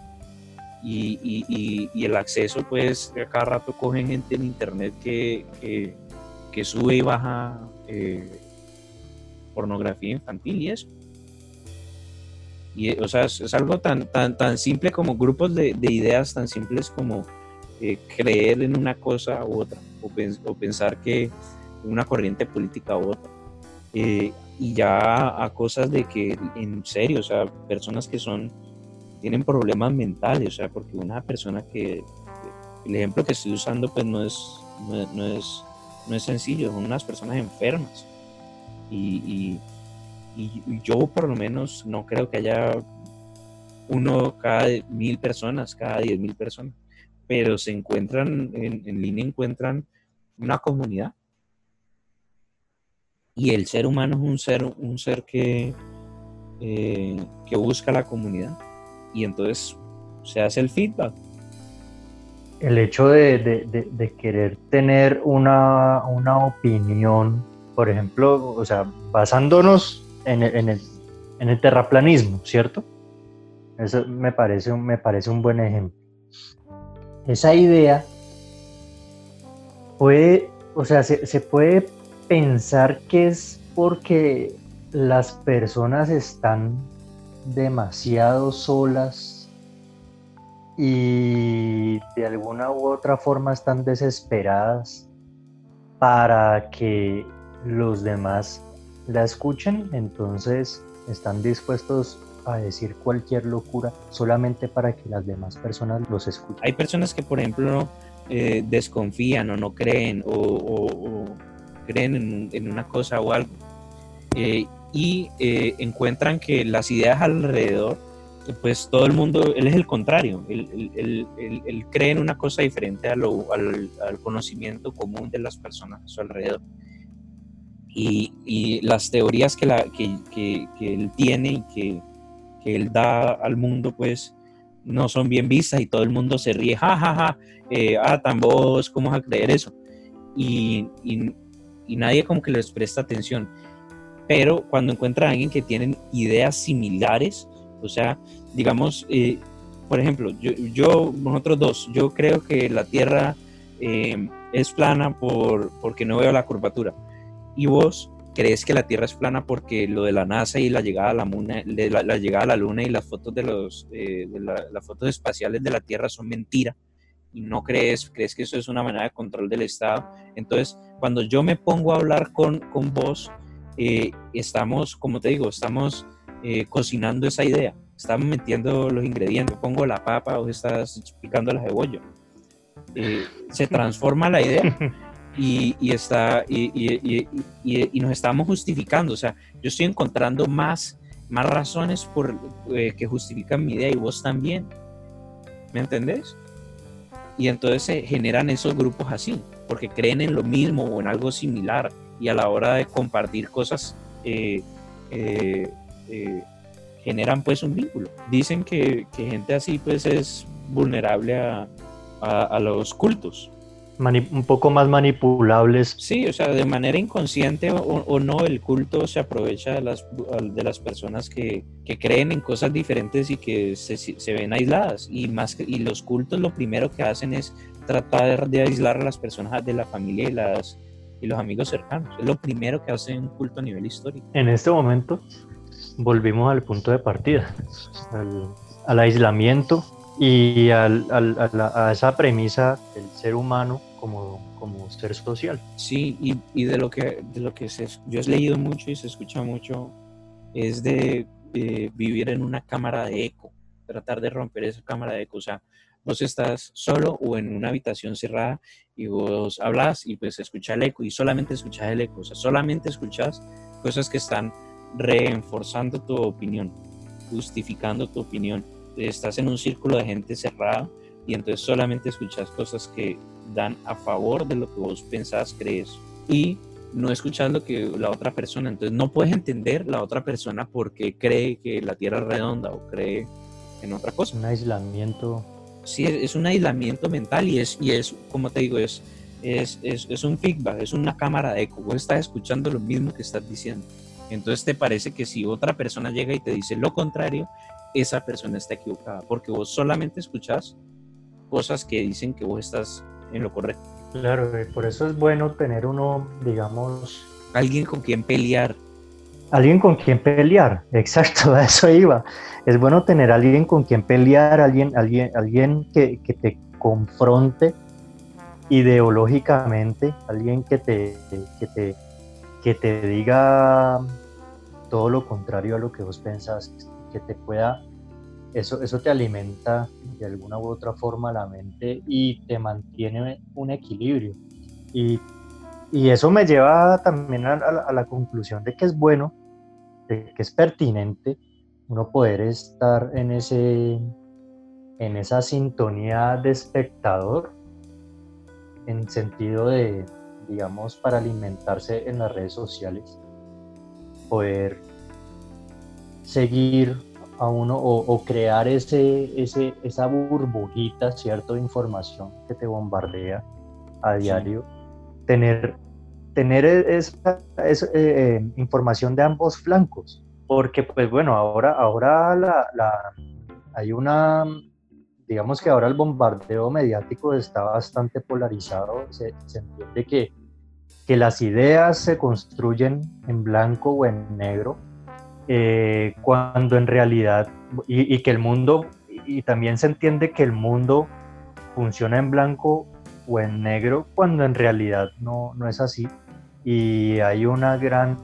S2: y el acceso pues a cada rato cogen gente en internet que sube y baja pornografía infantil y eso. Y, o sea, es algo tan simple como grupos de ideas tan simples como creer en una cosa u otra, o pensar que una corriente política u otra. Y ya a cosas de que, en serio, o sea, personas que tienen problemas mentales, o sea, porque una persona el ejemplo que estoy usando, pues no es sencillo, son unas personas enfermas. Y, y yo por lo menos no creo que haya uno cada 1000 personas, cada 10.000 personas, pero se encuentran en línea, encuentran una comunidad, y el ser humano es un ser que busca la comunidad, y entonces se hace el feedback.
S1: El hecho de querer tener una opinión, por ejemplo, o sea, basándonos en el terraplanismo, ¿cierto? Eso me parece un buen ejemplo. Esa idea o sea, se puede pensar que es porque las personas están demasiado solas y de alguna u otra forma están desesperadas para que los demás la escuchen, entonces están dispuestos a decir cualquier locura solamente para que las demás personas los escuchen.
S2: Hay personas que, por ejemplo, desconfían o no creen o creen en una cosa o algo, y encuentran que las ideas alrededor, pues todo el mundo, él es el contrario, él cree en una cosa diferente al conocimiento común de las personas a su alrededor. Y las teorías que él tiene y que él da al mundo, pues no son bien vistas y todo el mundo se ríe, jajaja, tan vos, ¿cómo vas a creer eso? Y nadie como que les presta atención. Pero cuando encuentran a alguien que tienen ideas similares, o sea, digamos, por ejemplo, nosotros dos, yo creo que la Tierra es plana porque no veo la curvatura. y vos crees que la Tierra es plana porque lo de la NASA y la llegada a la luna, la llegada a la luna y las fotos las fotos espaciales de la Tierra son mentira y no crees que eso es una manera de control del Estado. Entonces, cuando yo me pongo a hablar con vos, estamos, como te digo, estamos cocinando esa idea, estamos metiendo los ingredientes, pongo la papa, vos estás picando la cebolla. Se transforma la idea y nos estamos justificando. O sea, yo estoy encontrando más razones que justifican mi idea y vos también. ¿Me entendés? Y entonces se generan esos grupos así, porque creen en lo mismo o en algo similar y a la hora de compartir cosas generan pues un vínculo. Dicen que gente así pues es vulnerable a los cultos.
S1: Un poco más manipulables.
S2: Sí, o sea, de manera inconsciente o no, el culto se aprovecha de las personas que creen en cosas diferentes y que se ven aisladas. Y los cultos lo primero que hacen es tratar de aislar a las personas de la familia y los amigos cercanos. Es lo primero que hace un culto a nivel histórico.
S1: En este momento volvimos al punto de partida, al aislamiento y a esa premisa del ser humano como ser social.
S2: Sí, y de lo que yo he leído mucho y se escucha mucho es de vivir en una cámara de eco, tratar de romper esa cámara de eco. O sea, vos estás solo o en una habitación cerrada y vos hablas y pues escuchas el eco y solamente escuchas el eco. O sea, solamente escuchas cosas que están reforzando tu opinión, justificando tu opinión. Estás en un círculo de gente cerrada y entonces solamente escuchas cosas que dan a favor de lo que vos pensás, crees, y no escuchas lo que la otra persona. Entonces no puedes entender la otra persona porque cree que la Tierra es redonda o cree en otra cosa.
S1: Un aislamiento.
S2: Sí, es un aislamiento mental y es como te digo, es un feedback, es una cámara de eco. Vos estás escuchando lo mismo que estás diciendo. Entonces te parece que si otra persona llega y te dice lo contrario, esa persona está equivocada, porque vos solamente escuchás cosas que dicen que vos estás en lo correcto.
S1: Claro, por eso es bueno tener uno, digamos...
S2: Alguien con quien pelear.
S1: Alguien con quien pelear, exacto, a eso iba. Es bueno tener alguien con quien pelear, alguien que te confronte ideológicamente, alguien que te diga todo lo contrario a lo que vos pensás, que te pueda... Eso te alimenta de alguna u otra forma la mente y te mantiene un equilibrio. Y eso me lleva también a la conclusión de que es bueno, de que es pertinente uno poder estar en esa sintonía de espectador, en sentido de, digamos, para alimentarse en las redes sociales, poder seguir a uno o crear esa burbujita, ¿cierto?, de información que te bombardea a diario. Sí. Tener esa información de ambos flancos, porque pues bueno, ahora hay una, digamos que ahora el bombardeo mediático está bastante polarizado. Se entiende que las ideas se construyen en blanco o en negro, cuando en realidad, y que el mundo, y también se entiende que el mundo funciona en blanco o en negro, cuando en realidad no es así, y hay una gran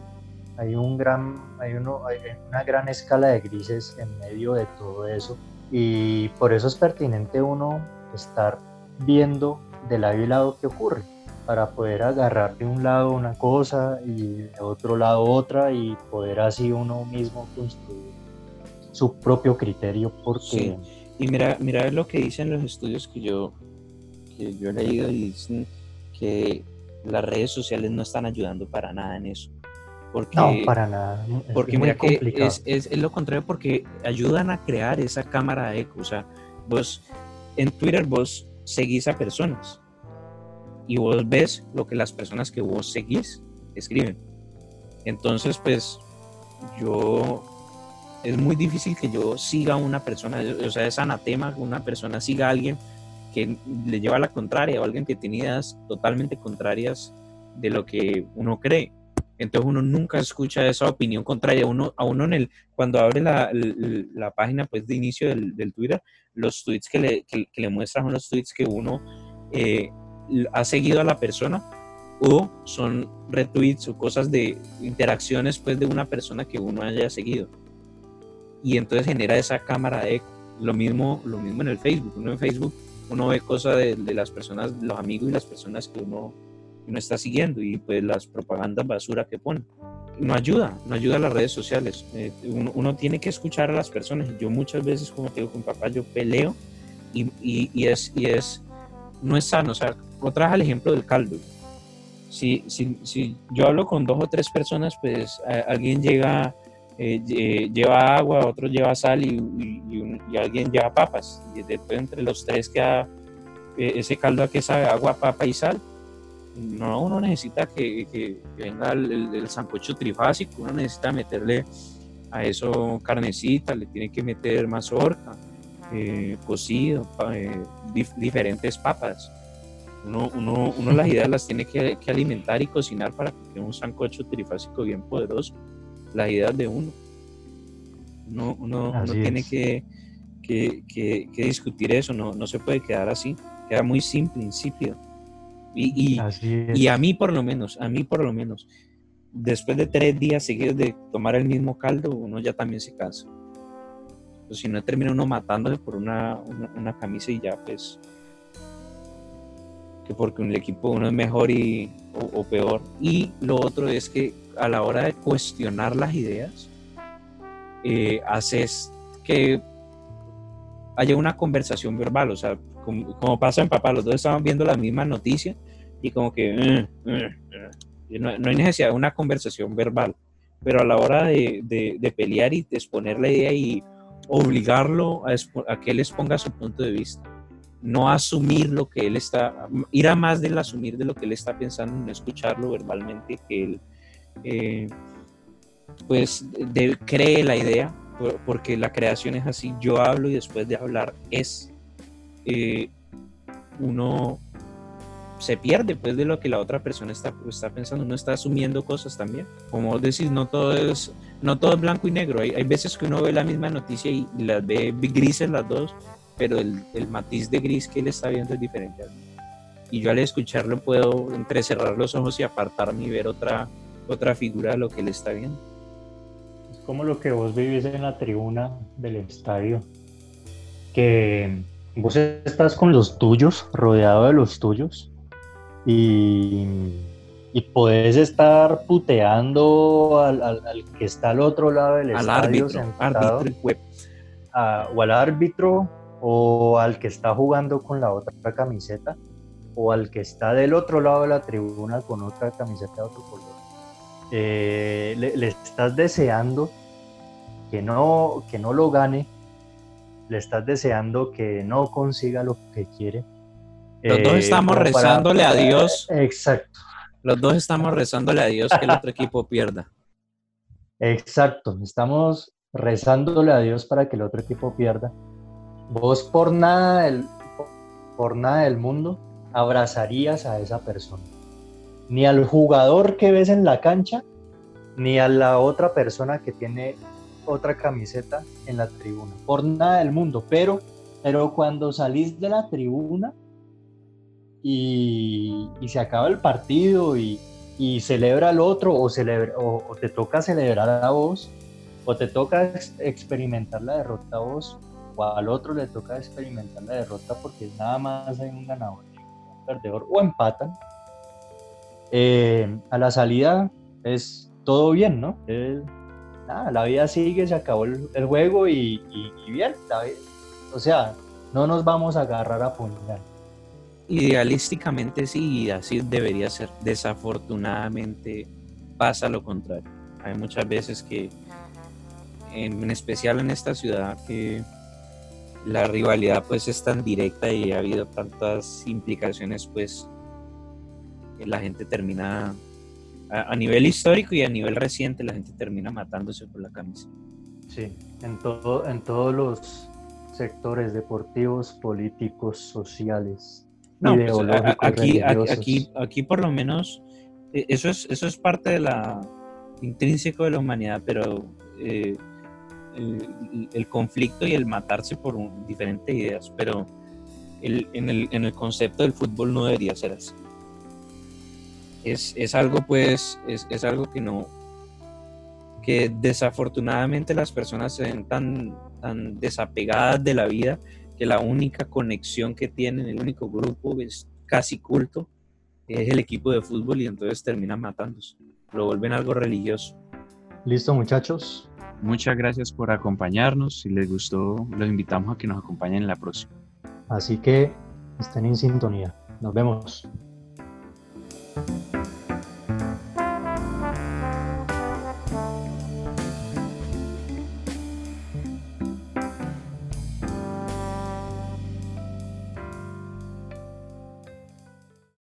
S1: escala de grises en medio de todo eso, y por eso es pertinente uno estar viendo de lado y lado qué ocurre, para poder agarrar de un lado una cosa y de otro lado otra, y poder así uno mismo construir su propio criterio. Porque
S2: sí. Y mira lo que dicen los estudios que yo he leído, y dicen que las redes sociales no están ayudando para nada en eso.
S1: No, para nada.
S2: Porque mira que es lo contrario, porque ayudan a crear esa cámara de eco. O sea, vos en Twitter vos seguís a personas y vos ves lo que las personas que vos seguís escriben. Entonces, pues, es muy difícil que yo siga a una persona, o sea, es anatema que una persona siga a alguien que le lleva a la contraria, o alguien que tiene ideas totalmente contrarias de lo que uno cree. Entonces uno nunca escucha esa opinión contraria. Cuando abre la página pues, de inicio del Twitter, los tweets que le muestran son los tweets que uno eh, ha seguido a la persona, o son retweets o cosas de interacciones pues, de una persona que uno haya seguido. Y entonces genera esa cámara de eco. Lo mismo en el Facebook. Uno en Facebook uno ve cosas de las personas, los amigos y las personas que uno está siguiendo, y pues las propagandas basura que ponen. No ayuda a las redes sociales. Uno tiene que escuchar a las personas. Yo muchas veces, como te digo, con papá, yo peleo y no es sano. O sea, otra vez el ejemplo del caldo. Si yo hablo con 2 o 3 personas, pues alguien lleva agua, otro lleva sal y alguien lleva papas. Y después entre los 3 queda ese caldo que sabe agua, papa y sal. No, uno necesita que venga el sancocho trifásico, uno necesita meterle a eso carnecita, le tiene que meter mazorca, cocido, diferentes papas. Uno las ideas las tiene que alimentar y cocinar para que quede un sancocho trifásico bien poderoso. Las ideas de uno. Uno tiene que discutir eso, no se puede quedar así, queda muy simple, insípido. Y a mí por lo menos, después de 3 días seguidos de tomar el mismo caldo, uno ya también se cansa. Pues si no, termina uno matándole por una camisa, y ya pues, que porque el equipo uno es mejor o peor. Y lo otro es que a la hora de cuestionar las ideas, haces que haya una conversación verbal. O sea, como pasa en papá, los dos estaban viendo la misma noticia y como que no hay necesidad de una conversación verbal, pero a la hora de pelear y de exponer la idea y obligarlo a que él exponga su punto de vista, no asumir ir a más del asumir de lo que él está pensando, no escucharlo verbalmente, que él pues cree la idea, porque la creación es así: yo hablo y después de hablar uno se pierde pues de lo que la otra persona está pensando, uno está asumiendo cosas también. Como vos decís, no todo es blanco y negro, hay veces que uno ve la misma noticia y las ve grises las dos, pero el matiz de gris que él está viendo es diferente. Y yo al escucharlo puedo entrecerrar los ojos y apartarme y ver otra figura de lo que él está viendo.
S1: Es como lo que vos vivís en la tribuna del estadio, que vos estás con los tuyos, rodeado de los tuyos, y podés estar puteando al que está al otro lado del estadio, sentado, o al árbitro, o al que está jugando con la otra camiseta, o al que está del otro lado de la tribuna con otra camiseta de otro color. Le estás deseando que no lo gane, le estás deseando que no consiga lo que quiere.
S2: Los dos estamos rezándole a Dios.
S1: Exacto.
S2: Los dos estamos rezándole a Dios que el otro equipo pierda.
S1: Exacto, estamos rezándole a Dios para que el otro equipo pierda. Vos por nada del mundo abrazarías a esa persona, ni al jugador que ves en la cancha, ni a la otra persona que tiene otra camiseta en la tribuna, por nada del mundo. Pero cuando salís de la tribuna y se acaba el partido y celebra al otro, o te toca celebrar a vos, o te toca experimentar la derrota a vos, o al otro le toca experimentar la derrota, porque nada más hay un ganador y un perdedor, o empatan, a la salida es todo bien, ¿no? La vida sigue, se acabó el juego y bien, o sea, no nos vamos a agarrar a puñal.
S2: Idealísticamente sí, y así debería ser. Desafortunadamente pasa lo contrario. Hay muchas veces que, en especial en esta ciudad, que la rivalidad pues es tan directa y ha habido tantas implicaciones, pues que la gente termina, a nivel histórico y a nivel reciente, la gente termina matándose por la camisa.
S1: Sí, en todos los sectores deportivos, políticos, sociales,
S2: no,
S1: ideológicos,
S2: pues
S1: religiosos.
S2: aquí por lo menos Eso es parte de la intrínseco de la humanidad, pero el conflicto y el matarse por diferentes ideas, pero en el concepto del fútbol no debería ser así. Es algo pues, es algo que no, que desafortunadamente las personas se ven tan desapegadas de la vida que la única conexión que tienen, el único grupo es casi culto, es el equipo de fútbol y entonces terminan matándose, lo vuelven algo religioso.
S1: Listo, muchachos.
S2: Muchas gracias por acompañarnos. Si les gustó, los invitamos a que nos acompañen en la próxima.
S1: Así que estén en sintonía. Nos vemos.